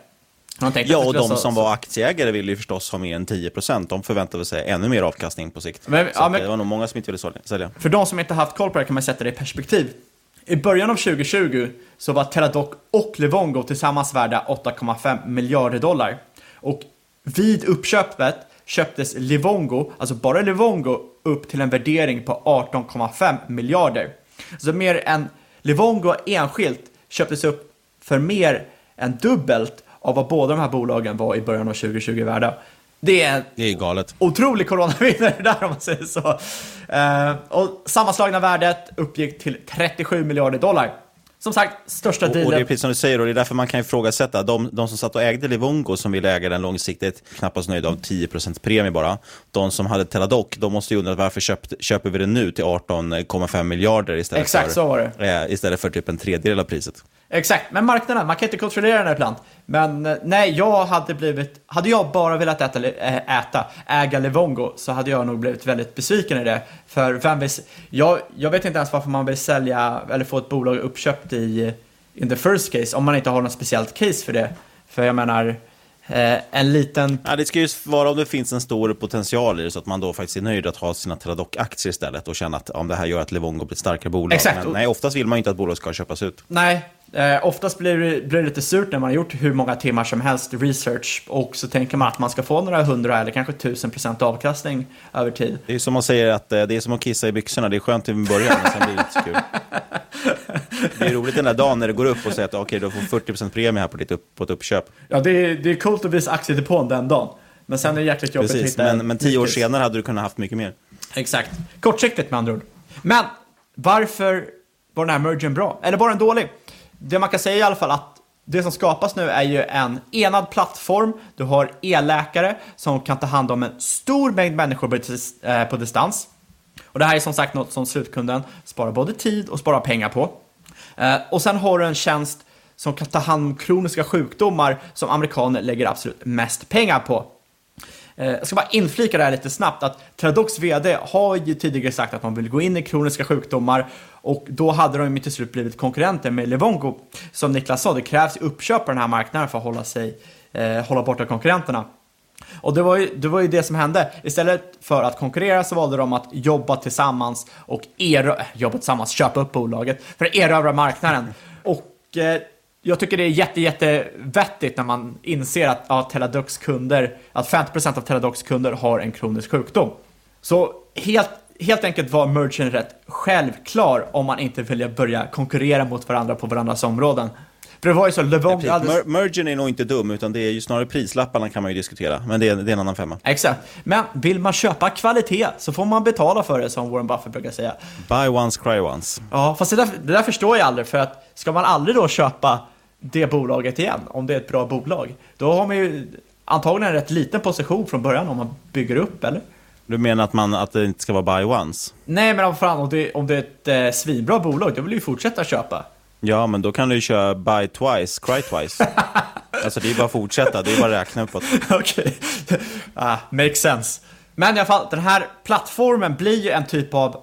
Speaker 12: Ja, och de så, som var aktieägare ville ju förstås ha mer än tio procent. De förväntade sig ännu mer avkastning på sikt. Men, så ja, men, det var nog många som inte ville sälja.
Speaker 13: För de som inte haft koll på det kan man sätta det i perspektiv. I början av tjugo tjugo så var Teladoc och Livongo tillsammans värda åtta komma fem miljarder dollar. Och vid uppköpet köptes Livongo, alltså bara Livongo, upp till en värdering på arton komma fem miljarder. Så mer än Livongo enskilt köptes upp för mer än dubbelt av vad båda de här bolagen var i början av tjugo tjugo värda. Det är,
Speaker 12: det är galet.
Speaker 13: Otrolig coronavinnare där om man säger så. Uh, och sammanslagna värdet uppgick till trettiosju miljarder dollar. som sagt, största dealen.
Speaker 12: Och, och det är precis som du säger, och det är därför man kan ifrågasätta. De, de som satt och ägde Livongo som ville äga den långsiktigt, knappast nöjda av tio procent premie bara. De som hade Teladoc, de måste ju undra varför köpt, köper vi det nu till arton komma fem miljarder istället,
Speaker 13: Exakt,
Speaker 12: för,
Speaker 13: så var det.
Speaker 12: Eh, istället för typ en tredjedel av priset.
Speaker 13: Exakt, men marknaden, man kan inte kontrollera den här ibland. Men nej, jag hade blivit, hade jag bara velat äta, äta äga Livongo, så hade jag nog blivit väldigt besviken i det. För vem vill, jag, jag vet inte ens varför man vill sälja eller få ett bolag uppköpt i in the first case, om man inte har något speciellt case för det. För jag menar, eh, en liten...
Speaker 12: Ja, det ska ju vara om det finns en stor potential i det, så att man då faktiskt är nöjd att ha sina Teladoc-aktier istället och känna att om det här gör att Livongo blir ett starkare bolag.
Speaker 13: Exakt.
Speaker 12: Men nej, oftast vill man ju inte att bolag ska köpas ut.
Speaker 13: Nej, eh, oftast blir det, blir det lite surt när man har gjort hur många timmar som helst research, och så tänker man att man ska få några hundra eller kanske tusen procent avkastning över tid.
Speaker 12: Det är som man säger att eh, det är som att kissa i byxorna. Det är skönt i början, men sen blir det inte så kul. Det är roligt den där dagen när det går upp och säger att okej, okay, du får fyrtio procent premie här på, ditt upp, på ett uppköp.
Speaker 13: Ja, det är, det är coolt att visa aktiedepån den dagen. Men sen är det jäkligt jobbigt
Speaker 12: Precis,
Speaker 13: att hitta.
Speaker 12: Men, men tio år senare hade du kunnat haft mycket mer.
Speaker 13: Exakt. Kortsiktigt med andra ord. Men varför var den här mergen bra? Eller var den dålig? Det man kan säga i alla fall att det som skapas nu är ju en enad plattform. Du har e-läkare som kan ta hand om en stor mängd människor på distans. Och det här är som sagt något som slutkunden sparar både tid och sparar pengar på. Och sen har du en tjänst som kan ta hand om kroniska sjukdomar som amerikaner lägger absolut mest pengar på. Jag ska bara inflika det här lite snabbt att Teladocs vd har ju tidigare sagt att man vill gå in i kroniska sjukdomar, och då hade de ju till slut blivit konkurrenter med Livongo. Som Niklas sa, det krävs uppköp på den här marknaden för att hålla, sig, eh, hålla borta konkurrenterna. Och det var, ju, det var ju det som hände. Istället för att konkurrera så valde de att jobba tillsammans och erö- jobba tillsammans, köpa upp bolaget för att erövra marknaden. Och eh, jag tycker det är jätte, jätte vettigt när man inser att, ja, Teladocs kunder, att femtio procent av Teladocs kunder har en kronisk sjukdom. Så helt, helt enkelt var mergen rätt självklar om man inte vill börja konkurrera mot varandra på varandras områden. För det var ju så, Livongo...
Speaker 12: Ja, Mer- mergen är nog inte dum, utan det är ju snarare prislapparna kan man ju diskutera. Men det är, det är en annan femma.
Speaker 13: Exakt. Men vill man köpa kvalitet så får man betala för det, som Warren Buffett brukar säga.
Speaker 12: Buy once, cry once.
Speaker 13: Ja, fast det där, det där förstår jag aldrig. För att ska man aldrig då köpa det bolaget igen, om det är ett bra bolag, då har man ju antagligen en rätt liten position från början om man bygger upp, eller?
Speaker 12: Du menar att, man, att det inte ska vara buy once?
Speaker 13: Nej, men fan, om, det, om det är ett eh, svinbra bolag, då vill du ju fortsätta köpa.
Speaker 12: Ja, men då kan du ju köra buy twice, cry twice. Alltså det är bara att fortsätta, det är bara att räkna uppåt.
Speaker 13: Okej, okay. ah, makes sense. Men i alla fall, den här plattformen blir ju en typ av...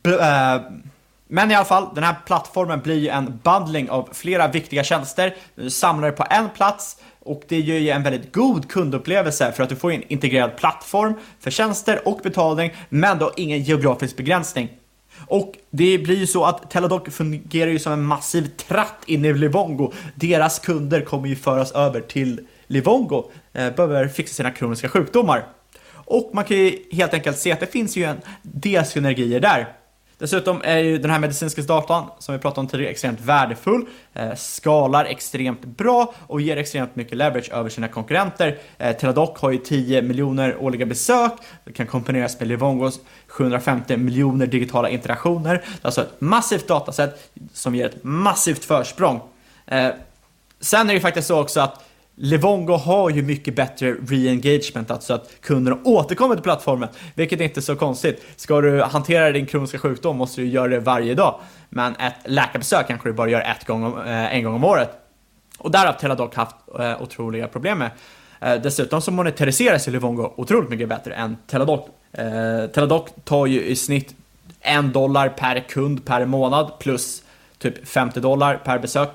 Speaker 13: Äh, men i alla fall, den här plattformen blir ju en bundling av flera viktiga tjänster. Du samlar det på en plats, och det ger ju en väldigt god kundupplevelse för att du får en integrerad plattform för tjänster och betalning, men då ingen geografisk begränsning. Och det blir ju så att Teladoc fungerar ju som en massiv tratt in i Livongo. Deras kunder kommer ju föras över till Livongo, eh, behöver fixa sina kroniska sjukdomar. Och man kan ju helt enkelt se att det finns ju en del synergier där. Dessutom är ju den här medicinska datan som vi pratade om tidigare extremt värdefull, eh, skalar extremt bra och ger extremt mycket leverage över sina konkurrenter. Eh, Teladoc har ju tio miljoner årliga besök, det kan kombineras med Livongos sjuhundrafemtio miljoner digitala interaktioner. Det är alltså ett massivt dataset som ger ett massivt försprång. Eh, sen är det ju faktiskt så också att Livongo har ju mycket bättre re-engagement, alltså att kunderna återkommer till plattformen, vilket är inte så konstigt. Ska du hantera din kroniska sjukdom måste du göra det varje dag, men ett läkarbesök kanske du bara gör ett gång om, eh, en gång om året. Och där har Teladoc haft eh, otroliga problem med. Eh, dessutom så monetariseras Livongo otroligt mycket bättre än Teladoc. Eh, Teladoc tar ju i snitt en dollar per kund per månad plus typ femtio dollar per besök.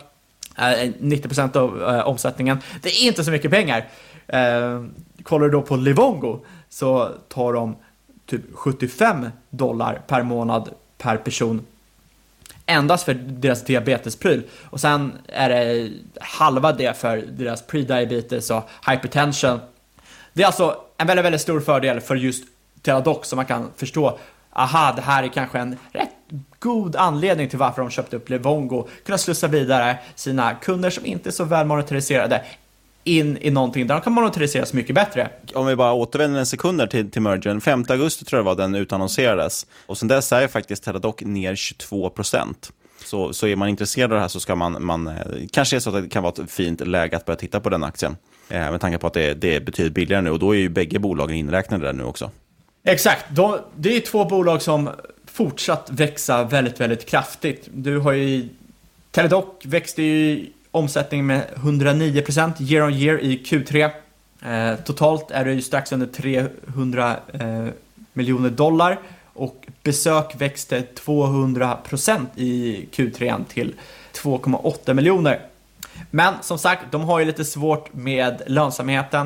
Speaker 13: nittio procent av eh, omsättningen. Det är inte så mycket pengar. Eh, kollar du då på Livongo så tar de typ sjuttiofem dollar per månad per person endast för deras diabetespryl. Och sen är det halva det för deras prediabetes och hypertension. Det är alltså en väldigt, väldigt stor fördel för just Teladoc, som man kan förstå. Aha, det här är kanske en rätt god anledning till varför de köpte upp Livongo. Kunna slussa vidare sina kunder som inte är så väl monetariserade in i någonting där de kan monetariseras mycket bättre.
Speaker 12: Om vi bara återvänder en sekund till, till mergen. femte augusti tror jag var den utannonserades. Och sen dess är faktiskt Teladoc ner tjugotvå procent. Så, så är man intresserad av det här så ska man, man kanske är så att det kan vara ett fint läge att börja titta på den aktien. Eh, med tanke på att det, det är betydligt billigare nu, och då är ju bägge bolagen inräknade där nu också.
Speaker 13: Exakt, då, det är två bolag som fortsatt växa väldigt, väldigt kraftigt. Du har ju, Teladoc växte ju omsättning med hundranio procent year on year i Q tre. Eh, totalt är det ju strax under trehundra eh, miljoner dollar, och besök växte tvåhundra procent i Q tre till två komma åtta miljoner. Men som sagt, de har ju lite svårt med lönsamheten.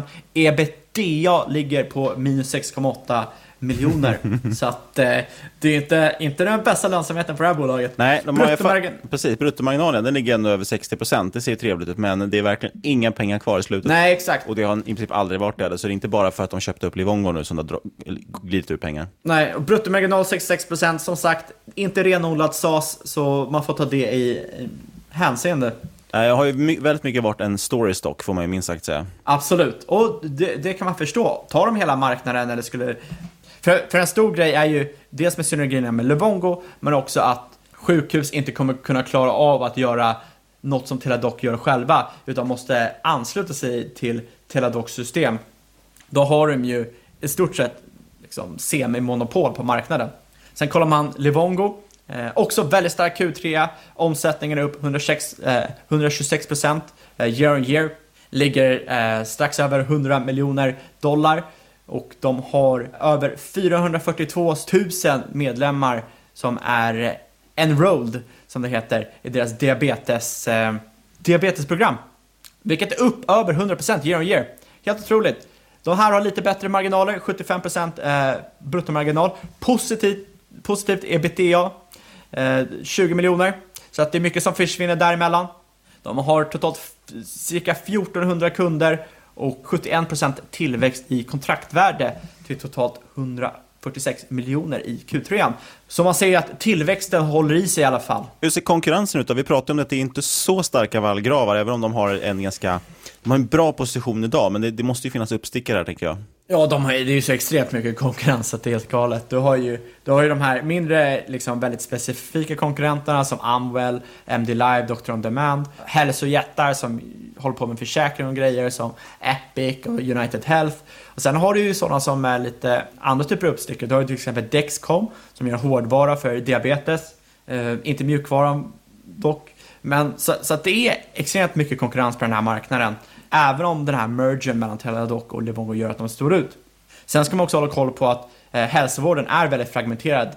Speaker 13: EBITDA ligger på minus sex komma åtta miljoner. Så att eh, det är inte, inte den bästa lönsamheten för det här bolaget.
Speaker 12: Nej, de har Bruttomargin- fa- precis, bruttomarginalen, den ligger ändå över sextio procent. Det ser trevligt ut, men det är verkligen inga pengar kvar i slutet.
Speaker 13: Nej, exakt.
Speaker 12: Och det har i princip aldrig varit det. Så det är inte bara för att de köpte upp Livongo nu som det har glidit ur pengar.
Speaker 13: Nej, och bruttomarginal sextiosex procent, som sagt, inte renodlad S A S, så man får ta det i, i hänseende.
Speaker 12: Jag har ju my- väldigt mycket varit en story stock, får man ju minst sagt säga.
Speaker 13: Absolut, och det, det kan man förstå. Tar de hela marknaden eller skulle... För, för en stor grej är ju dels med synergierna med Livongo, men också att sjukhus inte kommer kunna klara av att göra något som Teladoc gör själva, utan måste ansluta sig till Teladocs system. Då har de ju i stort sett liksom semi-monopol på marknaden. Sen kollar man Livongo, eh, också väldigt stark Q tre, omsättningen är upp hundrasex, eh, hundratjugosex procent eh, year on year, ligger eh, strax över hundra miljoner dollar. Och de har över fyrahundrafyrtiotvå tusen medlemmar som är enrolled, som det heter, i deras diabetes, eh, diabetesprogram. Vilket är upp över hundra procent year on year. Helt otroligt. De här har lite bättre marginaler, sjuttiofem procent eh, bruttomarginal. Positivt, positivt EBITDA, eh, tjugo miljoner. Så att det är mycket som försvinner däremellan. De har totalt f- cirka fjortonhundra kunder och sjuttioen procent tillväxt i kontraktvärde till totalt hundrafyrtiosex miljoner i Q tre. Så man ser att tillväxten håller i sig i alla fall.
Speaker 12: Hur ser konkurrensen ut då? Vi pratar om att det är inte så starka vallgravar, även om de har en ganska, de har en bra position idag, men det, det måste ju finnas uppstickare här, tänker jag.
Speaker 13: Ja, de har, det är ju så extremt mycket konkurrens att det är helt galet. Du har ju, du har ju de här mindre, liksom väldigt specifika konkurrenterna som Amwell, M D Live, Doctor on Demand, hälsojättar som håller på med försäkring och grejer som Epic och United Health. Och sen har du ju sådana som är lite andra typer av uppstickare. Du har ju till exempel Dexcom som gör hårdvara för diabetes, eh, inte mjukvara dock. Men så, så att det är extremt mycket konkurrens på den här marknaden. Även om den här mergen mellan Teladoc och Livongo gör att de står ut. Sen ska man också hålla koll på att eh, hälsovården är väldigt fragmenterad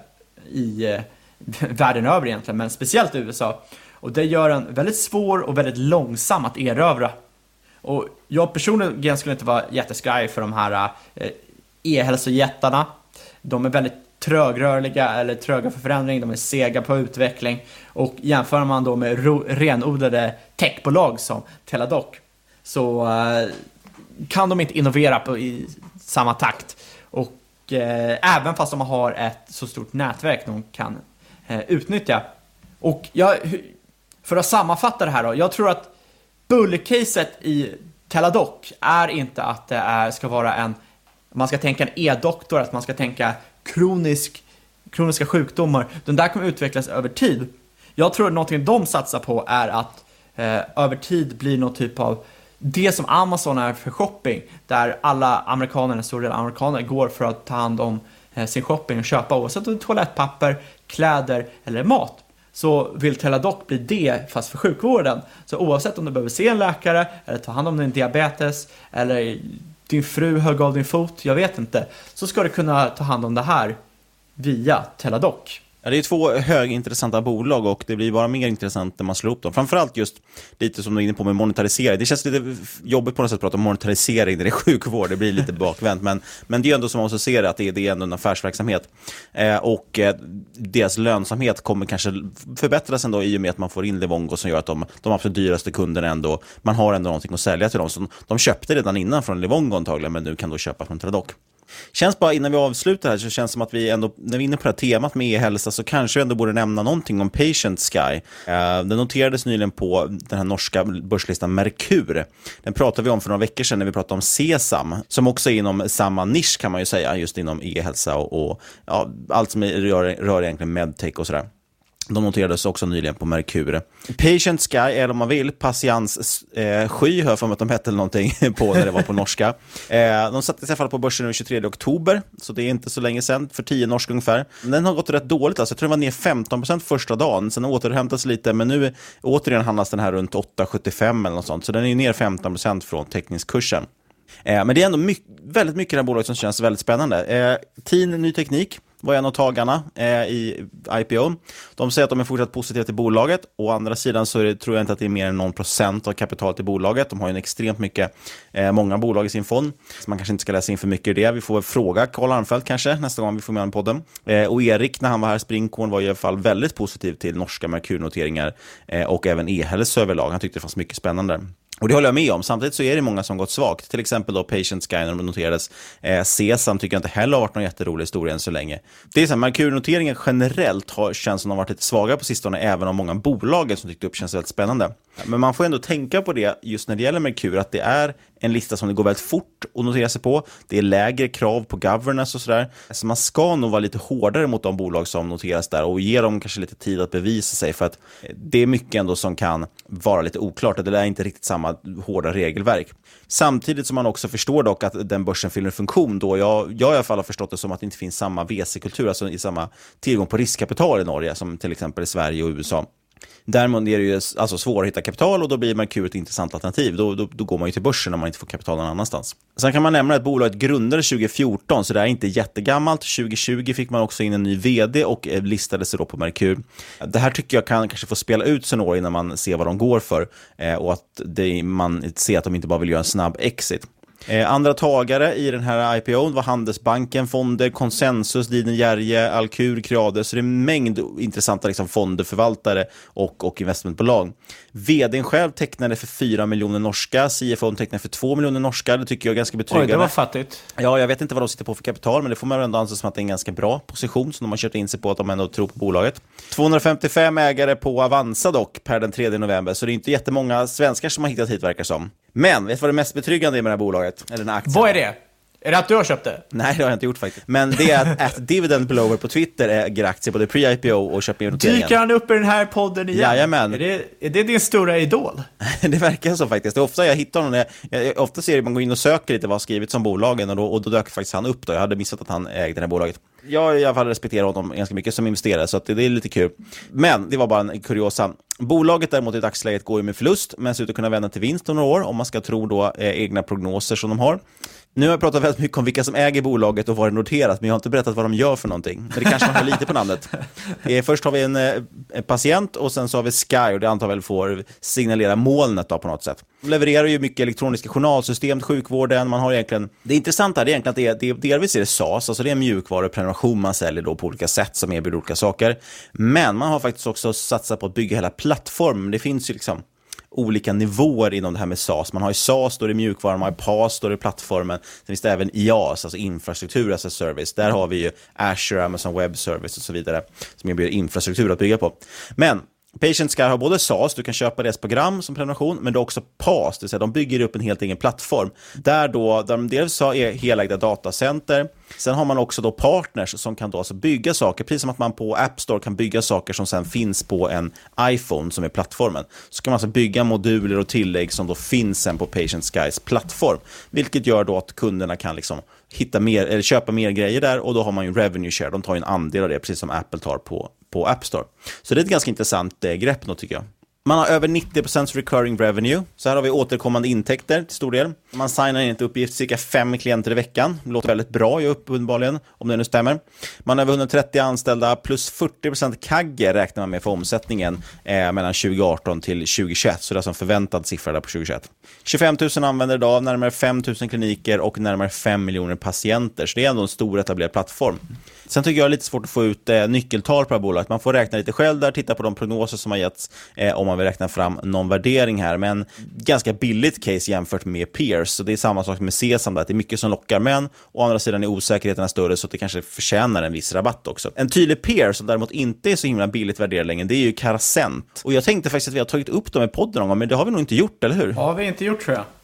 Speaker 13: i eh, världen över egentligen, men speciellt i U S A. Och det gör den väldigt svår och väldigt långsam att erövra. Och jag personligen skulle inte vara jätteskraj för de här eh, e-hälsojättarna. De är väldigt trögrörliga eller tröga för förändring, de är sega på utveckling. Och jämför man då med ro- renodlade techbolag som Teladoc, så eh, kan de inte innovera på, i samma takt. Och eh, även fast de har ett så stort nätverk de kan eh, utnyttja. Och jag, för att sammanfatta det här då, jag tror att bullcaset i Teladoc är inte att det är, ska vara en, man ska tänka en e-doktor, att man ska tänka kronisk, kroniska sjukdomar. Den där kommer utvecklas över tid. Jag tror att någonting de satsar på är att eh, över tid blir någon typ av det som Amazon är för shopping, där alla amerikaner, en stor del amerikaner, går för att ta hand om eh, sin shopping och köpa, oavsett om det är toalettpapper, kläder eller mat. Så vill Teladoc bli det fast för sjukvården. Så oavsett om du behöver se en läkare eller ta hand om din diabetes eller din fru högg av din fot, jag vet inte, så ska du kunna ta hand om det här via Teladoc.
Speaker 12: Ja, det är två högintressanta bolag och det blir bara mer intressant när man slår upp dem. Framförallt just lite som du är inne på med monetarisering. Det känns lite jobbigt på något sätt att prata om monetarisering när det är sjukvård. Det blir lite bakvänt. Men, men det är ändå som man också ser att det är, det är ändå en affärsverksamhet. Eh, och eh, deras lönsamhet kommer kanske förbättras ändå i och med att man får in Livongo som gör att de, de absolut dyraste kunderna ändå, man har ändå någonting att sälja till dem. Så de köpte redan innan från Livongo antagligen, men nu kan då köpa från Teladoc. Känns bara innan vi avslutar här så känns det som att vi ändå, när vi är inne på det här temat med e-hälsa, så kanske vi ändå borde nämna någonting om Patient Sky. Uh, den noterades nyligen på den här norska börslistan Merkur. Den pratade vi om för några veckor sedan när vi pratade om Sesam, som också är inom samma nisch kan man ju säga, just inom e-hälsa och, och ja, allt som rör, rör egentligen medtech och sådär. De noterades också nyligen på Merkur. Patient Sky, eller om man vill, patiens eh, sky, hör för att de hette någonting på när det var på norska. Eh, de satte sig i alla fall på börsen den tjugotredje oktober, så det är inte så länge sedan, för tio norsk ungefär. Den har gått rätt dåligt, alltså. Jag tror den var ner femton procent första dagen, sen återhämtas lite, men nu återigen handlas den här runt åtta sjuttiofem eller något sånt, så den är ner femton procent från teckningskursen. Eh, men det är ändå mycket, väldigt mycket i det här bolaget som känns väldigt spännande. Eh, Tin Ny Teknik var en av tagarna eh, i I P O. De säger att de är fortsatt positiva till bolaget. Å andra sidan så är det, tror jag inte att det är mer än någon procent av kapitalet i bolaget. De har ju en extremt mycket, eh, många bolag i sin fond. Så man kanske inte ska läsa in för mycket i det. Vi får fråga Carl Armfelt kanske nästa gång vi får med en podden. Eh, och Erik, när han var här, Springkorn, var i alla fall väldigt positiv till norska Merkur-noteringar eh, och även e-hälls överlag. Han tyckte det fanns mycket spännande. Och det håller jag med om. Samtidigt så är det många som gått svagt. Till exempel då Patient Sky när de noterades. Eh, Sesam tycker jag inte heller har varit någon jätterolig historia än så länge. Det är så här, Merkur-noteringen generellt har, känns som de har varit lite svagare på sistone, även om många bolag som tyckte upp känns väldigt spännande. Men man får ändå tänka på det just när det gäller Merkur, att det är en lista som det går väldigt fort att notera sig på. Det är lägre krav på governance och sådär. Så man ska nog vara lite hårdare mot de bolag som noteras där och ge dem kanske lite tid att bevisa sig, för att det är mycket ändå som kan vara lite oklart. Det är inte riktigt samma hårda regelverk. Samtidigt som man också förstår dock att den börsen fyller en funktion då. Jag, jag i alla fall har förstått det som att det inte finns samma V C-kultur, alltså i samma tillgång på riskkapital i Norge som till exempel i Sverige och U S A. Däremot är det ju alltså svårt att hitta kapital, och då blir Merkur ett intressant alternativ. Då, då, då går man ju till börsen om man inte får kapital någon annanstans. Sen kan man nämna att bolaget grundades tjugo fjorton, så det är inte jättegammalt. tjugo tjugo fick man också in en ny vd och listade sig då på Merkur. Det här tycker jag kan kanske få spela ut sig några innan man ser vad de går för, eh, och att det, man ser att de inte bara vill göra en snabb exit. Eh, andra tagare i den här I P O var Handelsbanken, fonder, Consensus, Diden Järje, Alkur, Creades. Så det är en mängd intressanta liksom, fonderförvaltare och, och investmentbolag. Vdn själv tecknade för fyra miljoner norska, C F O tecknade för två miljoner norska. Det tycker jag är ganska betryggande.
Speaker 13: Oj, det var fattigt.
Speaker 12: Ja, jag vet inte vad de sitter på för kapital, men det får man ändå anse som att det är en ganska bra position som de har kört in sig på, att de ändå tror på bolaget. tvåhundrafemtiofem ägare på Avanza dock per den tredje november, så det är inte jättemånga svenskar som har hittat hit, verkar som. Men vet du vad det mest betryggande är med det här bolaget? Eller den här aktien?
Speaker 13: Vad är det? Är det att du har köpt det?
Speaker 12: Nej, det har jag inte gjort faktiskt. Men det är att, att Dividend Blower på Twitter äger aktier både pre-I P O och köper in noteringen.
Speaker 13: Dyker han upp i den här podden igen?
Speaker 12: Jajamän.
Speaker 13: Är det, är det din stora idol?
Speaker 12: Det verkar så faktiskt. Det är ofta jag hittar honom. Jag, jag, ofta ser det man går in och söker lite vad har skrivit som bolagen, och då, och då dök faktiskt han upp då. Jag hade missat att han ägde det här bolaget. Jag i alla fall respekterar honom ganska mycket som investerare, så att det, det är lite kul. Men det var bara en kuriosa. Bolaget däremot i dagsläget går ju med förlust, men ser ut att kunna vända till vinst om några år, om man ska tro då eh, egna prognoser som de har. Nu har jag pratat väldigt mycket om vilka som äger bolaget och vad det noterat, men jag har inte berättat vad de gör för någonting. Men det kanske man har lite på namnet. Eh, först har vi en, eh, en patient, och sen så har vi Sky, och det antar väl får signalera molnet då på något sätt. De levererar ju mycket elektroniska journalsystem till sjukvården. Man har egentligen, det intressanta är egentligen att det är, det är delvis är det SaaS, alltså det är en mjukvaruprenumeration man säljer då på olika sätt som erbjuder olika saker. Men man har faktiskt också satsat på att bygga hela plattformen. Det finns ju liksom olika nivåer inom det här med SaaS. Man har ju SaaS, då är det mjukvara, man har PaaS, då är det plattformen. Sen finns det även I A S, alltså infrastruktur as a service. Där har vi ju Azure, Amazon Web Service och så vidare, som erbjuder infrastruktur att bygga på. Men Patient Sky har både SaaS, du kan köpa deras program som prenumeration, men det är också PaaS, det vill säga de bygger upp en helt egen plattform där då de dels har helägda datacenter. Sen har man också då partners som kan då alltså bygga saker, precis som att man på App Store kan bygga saker som sen finns på en iPhone som är plattformen. Så kan man alltså bygga moduler och tillägg som då finns sen på Patient Skys plattform, vilket gör då att kunderna kan liksom hitta mer eller köpa mer grejer där, och då har man ju revenue share, de tar ju en andel av det precis som Apple tar på på App Store. Så det är ett ganska intressant eh, grepp då, tycker jag. Man har över nittio procent recurring revenue. Så här har vi återkommande intäkter till stor del. Man signar in ett uppgift cirka fem klienter i veckan. Det låter väldigt bra, jag uppenbarligen, om det nu stämmer. Man har över hundratrettio anställda plus fyrtio procent C A G E räknar man med för omsättningen eh, mellan tjugo arton till tjugo tjugoett. Så det är alltså en förväntad siffra där på tjugo tjugoett. tjugofem tusen användare idag, närmare fem tusen kliniker och närmare fem miljoner patienter. Så det är ändå en stor etablerad plattform. Sen tycker jag det är lite svårt att få ut eh, nyckeltal på det här bolaget. Man får räkna lite själv där, titta på de prognoser som har getts eh, om man vill räkna fram någon värdering här. Men ganska billigt case jämfört med peers. Så det är samma sak med Sesam där, att det är mycket som lockar, men å andra sidan är osäkerheten större, så att det kanske förtjänar en viss rabatt också. En tydlig peer som däremot inte är så himla billigt värderad längre, det är ju Carasent. Och jag tänkte faktiskt att vi har tagit upp dem i podden någon gång, men det har vi nog inte gjort, eller hur?
Speaker 13: Ja, vi har inte gjort, tror jag.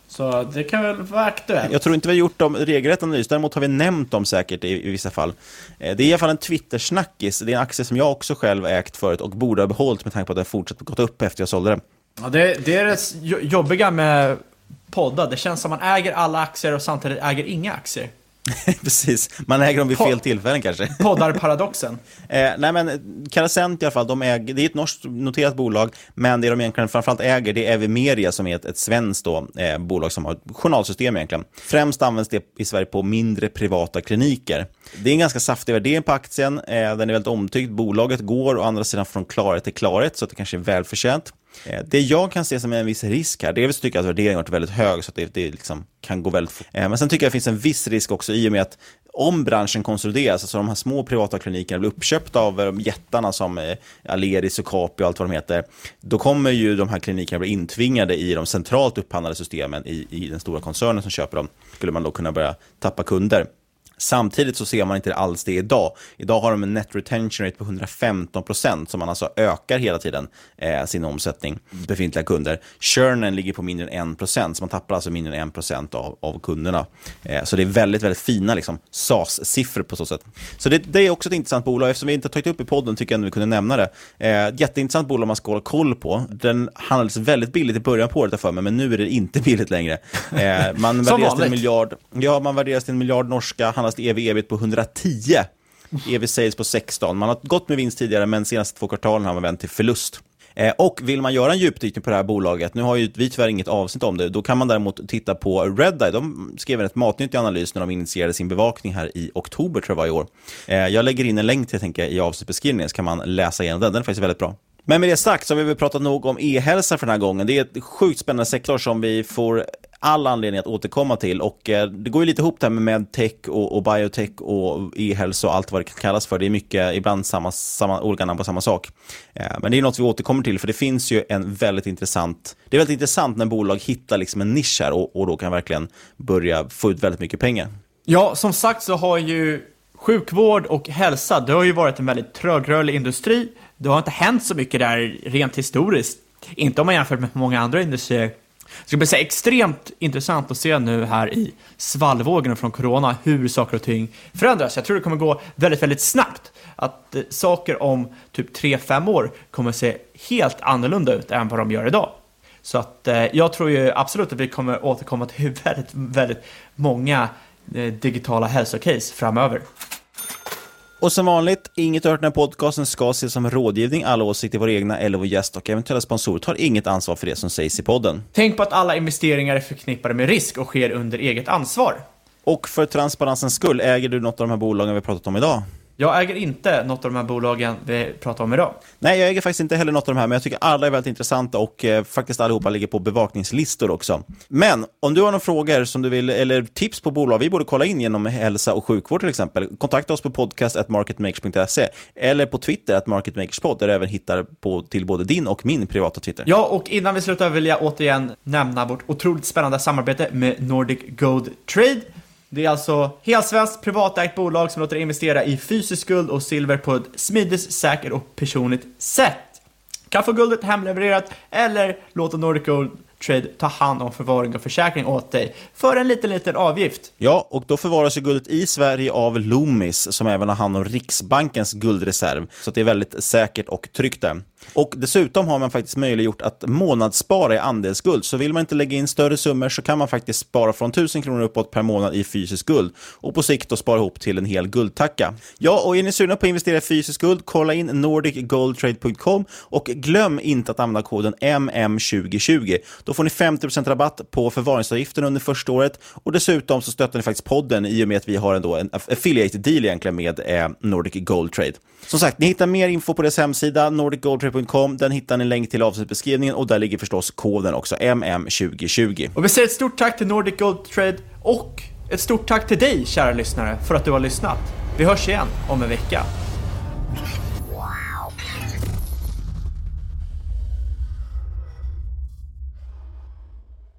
Speaker 13: Så det kan väl vara aktuellt.
Speaker 12: Jag tror inte vi har gjort dem regelrätt analys, däremot har vi nämnt dem säkert i, i vissa fall. Det är i alla fall en Twitter-snackis. Det är en aktie som jag också själv ägt förut och borde ha behållit med tanke på att den fortsatt gått upp efter jag sålde den.
Speaker 13: Ja, det, det är det jobbiga med poddar. Det känns som man äger alla aktier och samtidigt äger inga aktier.
Speaker 12: Precis, man äger dem vid fel tillfällen kanske.
Speaker 13: Poddarparadoxen.
Speaker 12: eh, Nej men Carasent i alla fall, de äger, det är ett norskt noterat bolag, men det de egentligen framförallt äger, det är Evimeria som är ett, ett svenskt då, eh, bolag som har ett journalsystem egentligen. Främst används det i Sverige på mindre privata kliniker. Det är en ganska saftig värdering på aktien, eh, den är väldigt omtyckt. Bolaget går å andra sidan från klarhet till klarhet, så att det kanske är välförtjänt. Det jag kan se som en viss risk här, det är att jag tycker att värderingen har varit väldigt hög, så att det, det liksom kan gå väldigt fort. Men sen tycker jag att det finns en viss risk också i och med att om branschen konsolideras, alltså de här små privata klinikerna blir uppköpta av jättarna som Aleris och Capio och allt vad de heter, då kommer ju de här klinikerna bli intvingade i de centralt upphandlade systemen i, i den stora koncernen som köper dem. Skulle man då kunna börja tappa kunder. Samtidigt så ser man inte alls det idag. Idag har de en net retention rate på hundrafemton procent, som man alltså ökar hela tiden eh, sin omsättning, befintliga kunder. Churnen ligger på mindre än en procent, så man tappar alltså mindre än en procent av, av kunderna. Eh, så det är väldigt, väldigt fina liksom, S A S-siffror på så sätt. Så det, det är också ett intressant bolag. Eftersom vi inte har tagit upp i podden tycker jag att vi kunde nämna det. Eh, jätteintressant bolag man ska hålla koll på. Den handlades väldigt billigt i början på året för mig, men nu är det inte billigt längre. Eh, man värderas till en miljard, ja, man värderas till en miljard norska. E V-ebit på hundratio, E V-sales på sexton. Man har gått med vinst tidigare, men senaste två kvartalen har man vänt till förlust. Eh, och vill man göra en djupdykning på det här bolaget, nu har ju vi tyvärr inget avsnitt om det, då kan man däremot titta på Redeye. De skrev ett matnytt i analys när de initierade sin bevakning här i oktober tror jag i år. Eh, jag lägger in en länk till, jag tänker, i avsnittbeskrivningen, så kan man läsa igenom den. Den är faktiskt väldigt bra. Men med det sagt så har vi pratat nog om e-hälsa för den här gången. Det är ett sjukt spännande sektor som vi får all anledning att återkomma till, och eh, det går ju lite ihop där med medtech och, och biotech och e-hälsa och allt vad det kan kallas för. Det är mycket, ibland samma, samma, olika namn på samma sak. Eh, men det är något vi återkommer till, för det finns ju en väldigt intressant, det är väldigt intressant när bolag hittar liksom en nisch här och, och då kan verkligen börja få ut väldigt mycket pengar. Ja, som sagt så har ju sjukvård och hälsa, det har ju varit en väldigt trögrörlig industri. Det har inte hänt så mycket där rent historiskt. Inte om man jämför med många andra industrier. Det ska bli så extremt intressant att se nu här i svallvågen från corona hur saker och ting förändras. Jag tror det kommer gå väldigt, väldigt snabbt. Att eh, saker om typ tre fem år kommer se helt annorlunda ut än vad de gör idag. Så att eh, jag tror ju absolut att vi kommer återkomma till väldigt, väldigt många eh, digitala hälsocase framöver. Och som vanligt, inget hört den här podcasten ska ses som rådgivning. Alla åsikter våra egna eller vår gäst och eventuella sponsorer tar inget ansvar för det som sägs i podden. Tänk på att alla investeringar är förknippade med risk och sker under eget ansvar. Och för transparensens skull, äger du något av de här bolagen vi pratat om idag? Jag äger inte något av de här bolagen vi pratar om idag. Nej, jag äger faktiskt inte heller något av de här, men jag tycker alla är väldigt intressanta och eh, faktiskt allihopa ligger på bevakningslistor också. Men om du har några frågor som du vill, eller tips på bolag vi borde kolla in genom hälsa och sjukvård till exempel, kontakta oss på podcast at marketmakers punkt se eller på Twitter at marketmakerspod, där du även hittar på till både din och min privata Twitter. Ja, och innan vi slutar vill jag återigen nämna vårt otroligt spännande samarbete med Nordic Gold Trade. Det är alltså helt svenskt privatägt bolag som låter investera i fysisk guld och silver på ett smidigt, säkert och personligt sätt. Kan få guldet hemlevererat eller låta Nordic Gold Trade ta hand om förvaring och försäkring åt dig för en liten, liten avgift. Ja, och då förvaras ju guldet i Sverige av Loomis som även har hand om Riksbankens guldreserv. Så det är väldigt säkert och tryggt där. Och dessutom har man faktiskt möjliggjort att månadsspara i andelsguld. Så vill man inte lägga in större summor så kan man faktiskt spara från tusen kronor uppåt per månad i fysisk guld. Och på sikt då spara ihop till en hel guldtacka. Ja, och är ni sugna på att investera i fysisk guld, kolla in nordic gold trade punkt com och glöm inte att använda koden M M tjugo tjugo. Då får ni femtio procent rabatt på förvaringsavgiften under första året. Och dessutom så stöttar ni faktiskt podden i och med att vi har ändå en affiliate deal egentligen med eh, Nordic Gold Trade. Som sagt, ni hittar mer info på dess hemsida nordic gold trade punkt com. Den hittar ni en länk till avsnittbeskrivningen och där ligger förstås koden också, M M tjugo tjugo. Och vi säger ett stort tack till Nordic Gold Trade och ett stort tack till dig, kära lyssnare, för att du har lyssnat. Vi hörs igen om en vecka.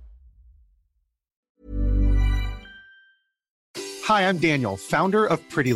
Speaker 14: Hi, I'm Daniel, founder of Pretty Litter.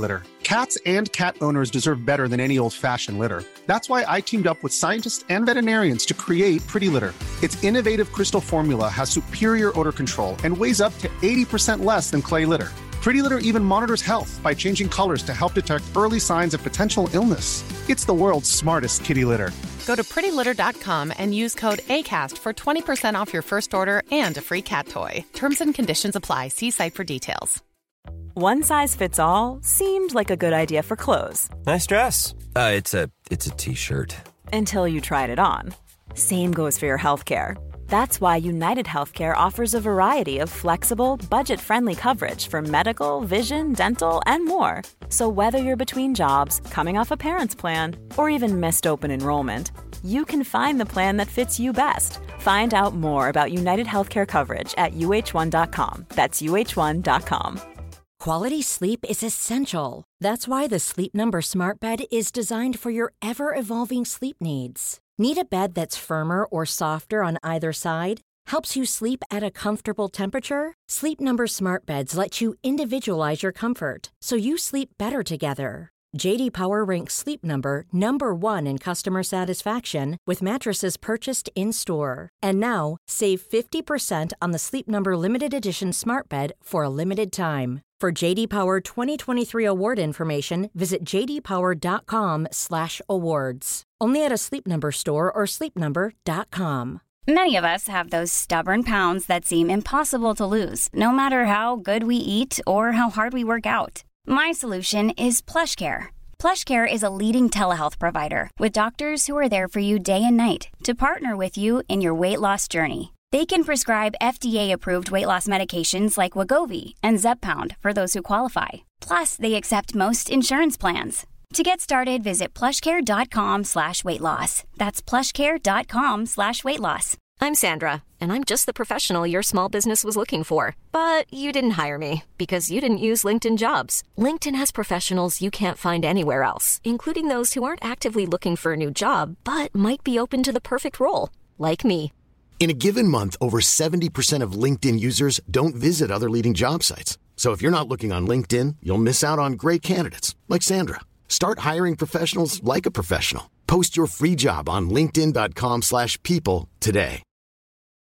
Speaker 14: Cats and cat owners deserve better than any old-fashioned litter. That's why I teamed up with scientists and veterinarians to create Pretty Litter. Its innovative crystal formula has superior odor control and weighs up to eighty percent less than clay litter. Pretty Litter even monitors health by changing colors to help detect early signs of potential illness. It's the world's smartest kitty litter.
Speaker 2: Go to pretty litter dot com and use code ACAST for twenty percent off your first order and a free cat toy. Terms and conditions apply. See site for details.
Speaker 15: One size fits all seemed like a good idea for clothes.
Speaker 16: Nice dress. Uh, it's a it's a t-shirt.
Speaker 15: Until you tried it on. Same goes for your healthcare. That's why United Healthcare offers a variety of flexible, budget-friendly coverage for medical, vision, dental, and more. So whether you're between jobs, coming off a parent's plan, or even missed open enrollment, you can find the plan that fits you best. Find out more about United Healthcare coverage at U H one dot com. That's U H one dot com.
Speaker 17: Quality sleep is essential. That's why the Sleep Number Smart Bed is designed for your ever-evolving sleep needs. Need a bed that's firmer or softer on either side? Helps you sleep at a comfortable temperature? Sleep Number Smart Beds let you individualize your comfort, so you sleep better together. J D Power ranks Sleep Number number one in customer satisfaction with mattresses purchased in-store. And now, save fifty percent on the Sleep Number Limited Edition Smart Bed for a limited time. For J D Power twenty twenty-three award information, visit j d power dot com slash awards. Only at a Sleep Number store or sleep number dot com.
Speaker 5: Many of us have those stubborn pounds that seem impossible to lose, no matter how good we eat or how hard we work out. My solution is PlushCare. PlushCare is a leading telehealth provider with doctors who are there for you day and night to partner with you in your weight loss journey. They can prescribe F D A-approved weight loss medications like Wegovy and Zepbound for those who qualify. Plus, they accept most insurance plans. To get started, visit plushcare.com slash weight loss. That's plushcare.com slash weight loss.
Speaker 18: I'm Sandra, and I'm just the professional your small business was looking for. But you didn't hire me because you didn't use LinkedIn Jobs. LinkedIn has professionals you can't find anywhere else, including those who aren't actively looking for a new job, but might be open to the perfect role, like me.
Speaker 19: In a given month, over seventy percent of LinkedIn users don't visit other leading job sites. So if you're not looking on LinkedIn, you'll miss out on great candidates like Sandra. Start hiring professionals like a professional. Post your free job on linkedin dot com slash people today.